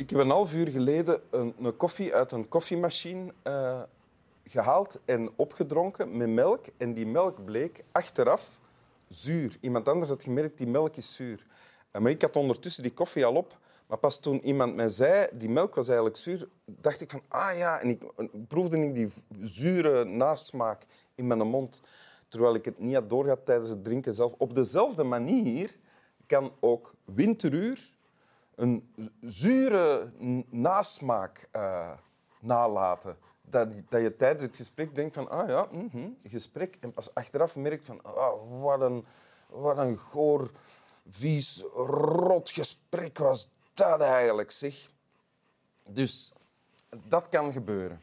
Ik heb een half uur geleden een koffie uit een koffiemachine gehaald en opgedronken met melk. En die melk bleek achteraf zuur. Iemand anders had gemerkt, die melk is zuur. Maar ik had ondertussen die koffie al op. Maar pas toen iemand mij zei, die melk was eigenlijk zuur, dacht ik van, ah ja. En ik proefde die zure nasmaak in mijn mond. Terwijl ik het niet had doorgehad tijdens het drinken zelf. Op dezelfde manier kan ook winteruur een zure nasmaak nalaten. Dat je tijdens het gesprek denkt van, ah ja, gesprek. En pas achteraf merkt van, wat een goor, vies, rot gesprek was dat eigenlijk, zeg. Dus dat kan gebeuren.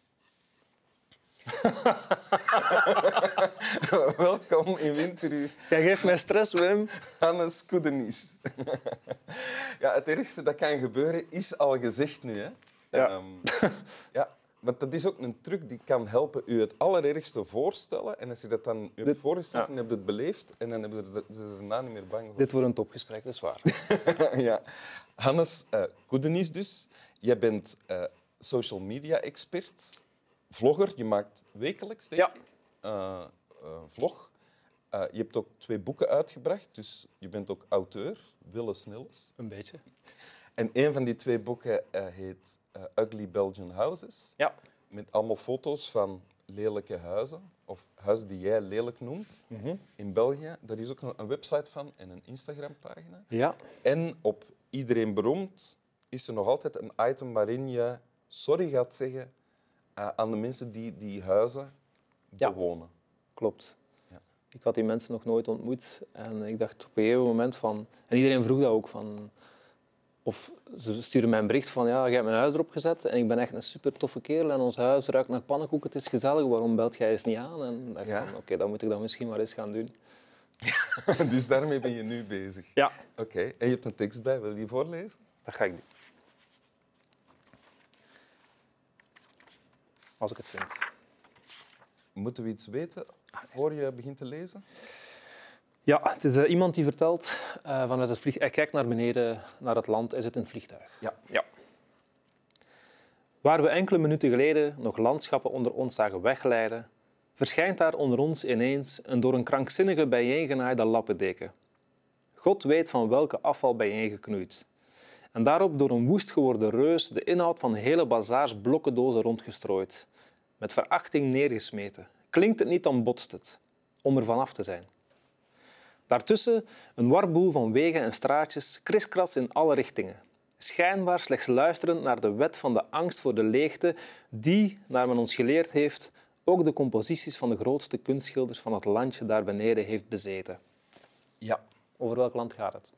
Welkom in Winteruur. Jij geeft mij stress, Wim. Hannes Koedenis. Ja, het ergste dat kan gebeuren is al gezegd nu. Hè. Ja. Ja, want dat is ook een truc die kan helpen u het allerergste voorstellen. En als je dat dan u hebt voorgesteld en je hebt het beleefd, en dan hebben ze er daarna niet meer bang voor. Dit wordt een topgesprek, dat is waar. Ja. Hannes Koedenis dus. Jij bent social media expert, vlogger. Je maakt wekelijks, denk ik, vlog. Je hebt ook 2 boeken uitgebracht, dus je bent ook auteur, Wille Snilles. Een beetje. En een van die 2 boeken heet Ugly Belgian Houses. Ja. Met allemaal foto's van lelijke huizen, of huizen die jij lelijk noemt, in België. Daar is ook een website van en een Instagram-pagina. Ja. En op Iedereen Beroemd is er nog altijd een item waarin je sorry gaat zeggen aan de mensen die die huizen bewonen. Klopt. Ja. Ik had die mensen nog nooit ontmoet en ik dacht op een gegeven moment van... En iedereen vroeg dat ook van... Of ze sturen mij een bericht van, ja, je hebt mijn huis erop gezet en ik ben echt een super toffe kerel en ons huis ruikt naar pannenkoeken, het is gezellig, waarom belt jij eens niet aan? En ik dacht van, oké, dan moet ik dat misschien maar eens gaan doen. Dus daarmee ben je nu bezig? Ja. Oké. En je hebt een tekst bij, wil je die voorlezen? Dat ga ik doen. Als ik het vind. Moeten we iets weten voor je begint te lezen? Ja, het is iemand die vertelt vanuit het vliegtuig. Hij kijkt naar beneden, naar het land. Hij zit in het vliegtuig. Ja. Waar we enkele minuten geleden nog landschappen onder ons zagen wegglijden, verschijnt daar onder ons ineens een door een krankzinnige bijeengenaaide lappendeken. God weet van welke afval bijeengeknoeid. En daarop door een woest geworden reus de inhoud van hele bazaars blokkendozen rondgestrooid. Met verachting neergesmeten. Klinkt het niet, dan botst het. Om er vanaf te zijn. Daartussen een warboel van wegen en straatjes, kriskras in alle richtingen. Schijnbaar slechts luisterend naar de wet van de angst voor de leegte die, naar men ons geleerd heeft, ook de composities van de grootste kunstschilders van het landje daar beneden heeft bezeten. Ja. Over welk land gaat het?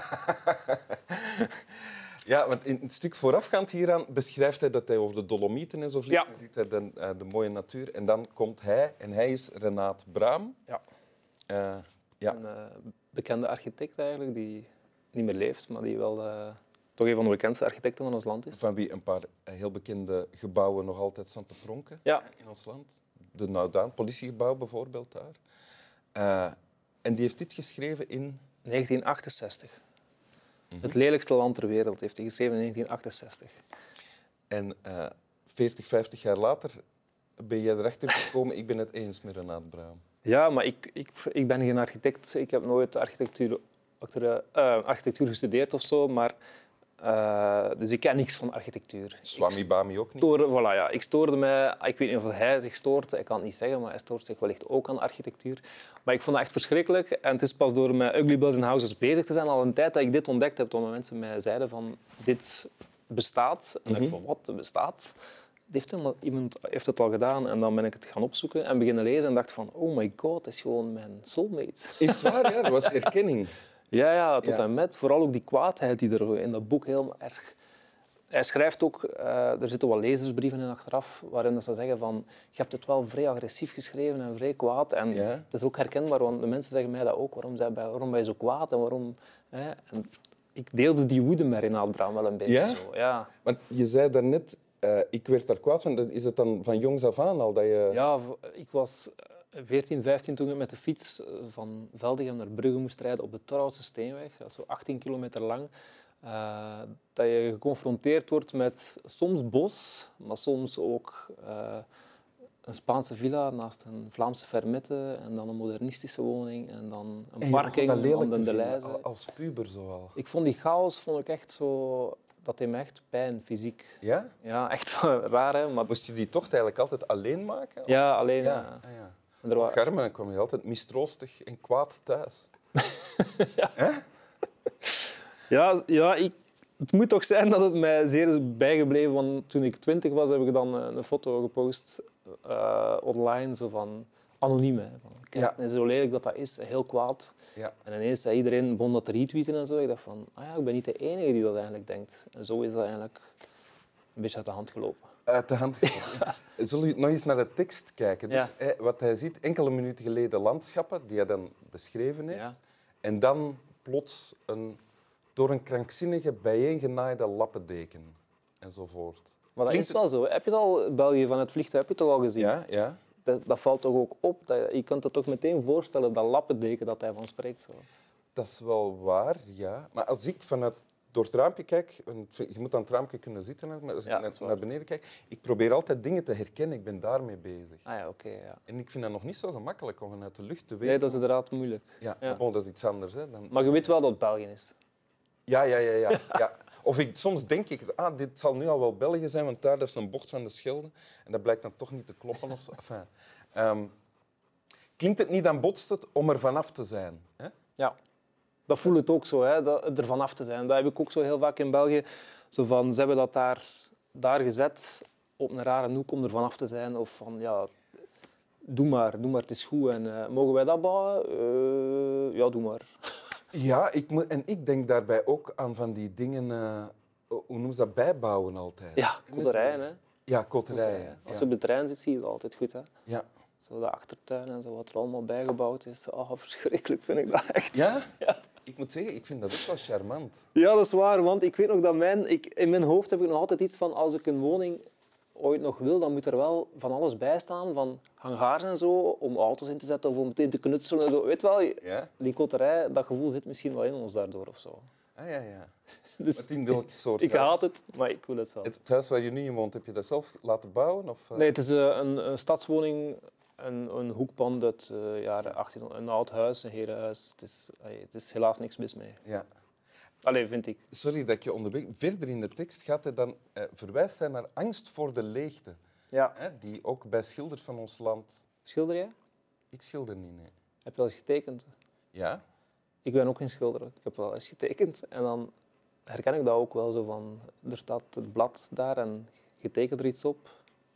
Ja, want in het stuk voorafgaand hieraan beschrijft hij dat hij over de Dolomieten en zo vliegt. Ja. Dan ziet hij de mooie natuur. En dan komt hij, en hij is Renaat Braam. Ja. Ja. Een bekende architect eigenlijk, die niet meer leeft, maar die wel toch een van de bekendste architecten van ons land is. Van wie een paar heel bekende gebouwen nog altijd staan te pronken in ons land. De Naudaan, politiegebouw bijvoorbeeld daar. En die heeft dit geschreven in... 1968. Het lelijkste land ter wereld heeft hij geschreven in 1968. En 40, 50 jaar later ben jij erachter gekomen, ik ben het eens met Renaat Braam. Ja, maar ik ben geen architect. Ik heb nooit architectuur gestudeerd of zo, maar... dus ik ken niks van architectuur. Swami Bami ook niet? Ik stoorde mij... Ik weet niet of hij zich stoort, ik kan het niet zeggen, maar hij stoort zich wellicht ook aan architectuur. Maar ik vond het echt verschrikkelijk. En het is pas door met Ugly Belgian Houses bezig te zijn, al een tijd dat ik dit ontdekt heb, toen mensen mij zeiden van dit bestaat. En ik van, wat bestaat? Iemand heeft het al gedaan en dan ben ik het gaan opzoeken en beginnen lezen en dacht van, oh my god, dat is gewoon mijn soulmate. Is het waar? Ja, dat was erkenning. Ja, tot en met. Vooral ook die kwaadheid die er in dat boek heel erg... Hij schrijft ook, er zitten wel lezersbrieven in achteraf, waarin ze zeggen van, je hebt het wel vrij agressief geschreven en vrij kwaad. En het is ook herkenbaar, want de mensen zeggen mij dat ook. Waarom ben je zo kwaad en waarom... Hè? En ik deelde die woede met Renaat Braam wel een beetje. Ja? Zo. Ja. Want je zei daarnet, ik werd daar kwaad van. Is het dan van jongs af aan al dat je... Ja, ik was 14, 15 toen ik met de fiets van Veldegem naar Brugge moest rijden op de Torhoutse Steenweg. Dat is zo 18 kilometer lang. Dat je geconfronteerd wordt met soms bos, maar soms ook een Spaanse villa naast een Vlaamse fermette en dan een modernistische woning en dan een parking aan de Leize. Als puber zoal. Ik vond die chaos echt zo... Dat deed me echt pijn, fysiek. Ja? Ja, echt raar, hè. Maar... Moest je die tocht eigenlijk altijd alleen maken? Ja, alleen. Ja. En er wa- Germen, dan kwam je altijd mistroostig en kwaad thuis. Het moet toch zijn dat het mij zeer is bijgebleven. Want toen ik 20 was, heb ik dan een foto gepost online, zo van anoniem. Hè. Van, kijk, het is zo lelijk dat is, heel kwaad. Ja. En ineens zei iedereen begon dat te retweeten en zo. Ik dacht van, ik ben niet de enige die dat eigenlijk denkt. En zo is dat eigenlijk een beetje uit de hand gelopen. Uit de hand gelopen. Zullen we nog eens naar de tekst kijken? Dus, wat hij ziet, enkele minuten geleden landschappen, die hij dan beschreven heeft. Ja. En dan plots door een krankzinnige bijeengenaaide lappendeken. Enzovoort. Maar dat is wel zo. Heb je het al, België van het vliegtuig, heb je het toch al gezien? Ja, ja. Dat valt toch ook op. Je kunt het toch meteen voorstellen, dat lappendeken dat hij van spreekt. Zo. Dat is wel waar, ja. Maar als ik door het raampje kijk... Je moet aan het raampje kunnen zitten, maar als ik naar beneden kijk... Ik probeer altijd dingen te herkennen. Ik ben daarmee bezig. Oké. En ik vind dat nog niet zo gemakkelijk om vanuit de lucht te weten. Nee, dat is inderdaad moeilijk. Ja. Bon, dat is iets anders. Hè. Maar je weet wel dat het België is. Ja. Of soms denk ik, dit zal nu al wel België zijn, want daar is een bocht van de Schelde. En dat blijkt dan toch niet te kloppen. Of zo. Enfin, klinkt het niet, dan botst het om er vanaf te zijn. Hè? Ja, dat voel het ook zo, hè, dat er vanaf te zijn. Dat heb ik ook zo heel vaak in België. Zo van, ze hebben dat daar gezet op een rare hoek om er vanaf te zijn. Of van, doe maar, het is goed. En mogen wij dat bouwen? Ja, doe maar. Ja, ik denk daarbij ook aan van die dingen, hoe noemen ze dat, bijbouwen altijd. Ja, kotterijen. Hè. Ja, kotterijen. Als je op de trein zit, zie je dat altijd goed. Hè. Ja. Zo de achtertuin en zo, wat er allemaal bijgebouwd is. Verschrikkelijk vind ik dat echt. Ja? Ik moet zeggen, ik vind dat ook wel charmant. Ja, dat is waar, want ik weet nog dat in mijn hoofd heb ik nog altijd iets van, als ik een woning ooit nog wil, dan moet er wel van alles bij staan, van hangars en zo, om auto's in te zetten of om meteen te knutselen en zo. Weet wel, die kotterij, dat gevoel zit misschien wel in ons daardoor of zo. Ja. Dus, in welk soort ik huis? haat het, maar ik wil het zelf. Het huis waar je nu in woont, heb je dat zelf laten bouwen? Of? Nee, het is een stadswoning, een hoekpand uit jaren 1800, een oud huis, een herenhuis. Het is helaas niks mis mee. Ja. Allee, vind ik. Sorry dat ik je onderbreek. Verder in de tekst gaat hij dan verwijst hij naar angst voor de leegte. Ja. Die ook bij schilders van ons land... Schilder jij? Ik schilder niet, nee. Heb je al eens getekend? Ja? Ik ben ook geen schilder. Ik heb wel eens getekend. En dan herken ik dat ook wel zo van... Er staat het blad daar en je tekent er iets op.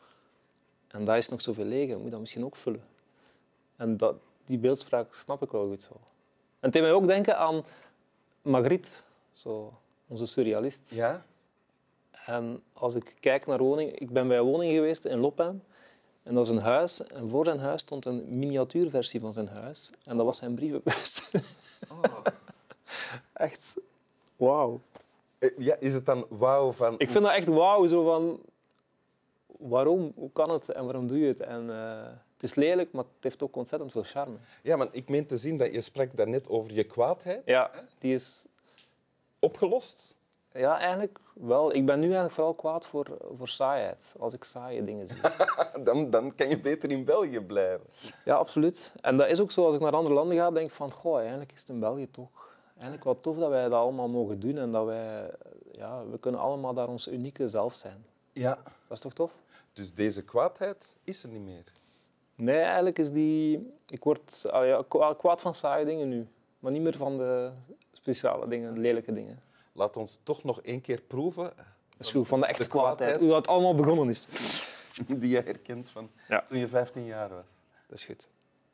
En daar is nog zoveel leeg. Je moet dat misschien ook vullen. En die beeldspraak snap ik wel goed zo. En het deed mij ook denken aan Magritte, zo, onze surrealist. Ja? En als ik kijk naar woningen... Ik ben bij een woning geweest in Lopheim. En dat is een huis. En voor zijn huis stond een miniatuurversie van zijn huis. En dat was zijn brievenbus. Oh. Echt wauw. Ja, is het dan wauw van... Ik vind dat echt wauw. Zo van... Waarom? Hoe kan het? En waarom doe je het? En het is lelijk, maar het heeft ook ontzettend veel charme. Ja, maar ik meen te zien dat je sprak daarnet over je kwaadheid. Ja, die is... Opgelost? Ja, eigenlijk wel. Ik ben nu eigenlijk vooral kwaad voor saaiheid. Als ik saaie dingen zie. Dan kan je beter in België blijven. Ja, absoluut. En dat is ook zo, als ik naar andere landen ga, denk ik van... Goh, eigenlijk is het in België toch... Eigenlijk wat tof dat wij dat allemaal mogen doen. En dat wij... Ja, we kunnen allemaal daar ons unieke zelf zijn. Ja. Dat is toch tof? Dus deze kwaadheid is er niet meer? Nee, eigenlijk is die... Ik word kwaad van saaie dingen nu. Maar niet meer van de speciale dingen, de lelijke dingen. Laat ons toch nog één keer proeven. Dat is goed, van de echte kwaadheid. Hoe dat allemaal begonnen is. Die je herkent van toen je 15 jaar was. Dat is goed.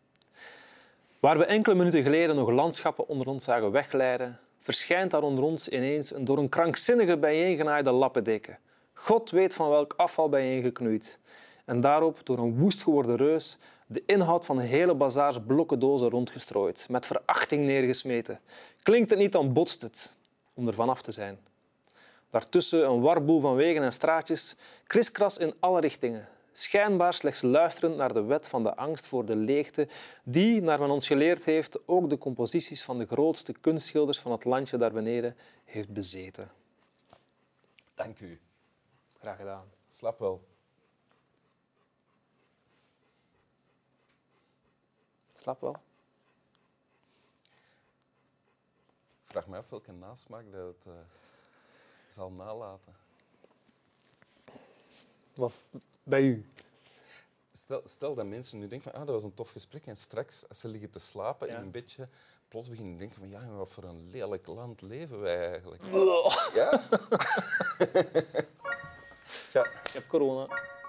Waar we enkele minuten geleden nog landschappen onder ons zagen wegglijden, verschijnt daar onder ons ineens een door een krankzinnige bijeengenaaide lappendeken. God weet van welk afval bijeengeknoeid. En daarop, door een woest geworden reus, de inhoud van hele bazaars blokken dozen rondgestrooid, met verachting neergesmeten. Klinkt het niet, dan botst het, om er vanaf te zijn. Daartussen een warboel van wegen en straatjes, kriskras in alle richtingen. schijnbaar slechts luisterend naar de wet van de angst voor de leegte, die, naar men ons geleerd heeft, ook de composities van de grootste kunstschilders van het landje daar beneden heeft bezeten. Dank u. Graag gedaan. Slap wel. Slap wel. Ik vraag me af welke nasmaak dat het zal nalaten. Wat bij u? Stel dat mensen nu denken van dat was een tof gesprek en straks, als ze liggen te slapen in een bedje, plots beginnen denken van ja, wat voor een lelijk land leven wij eigenlijk. Ja? Ja. Ik heb corona.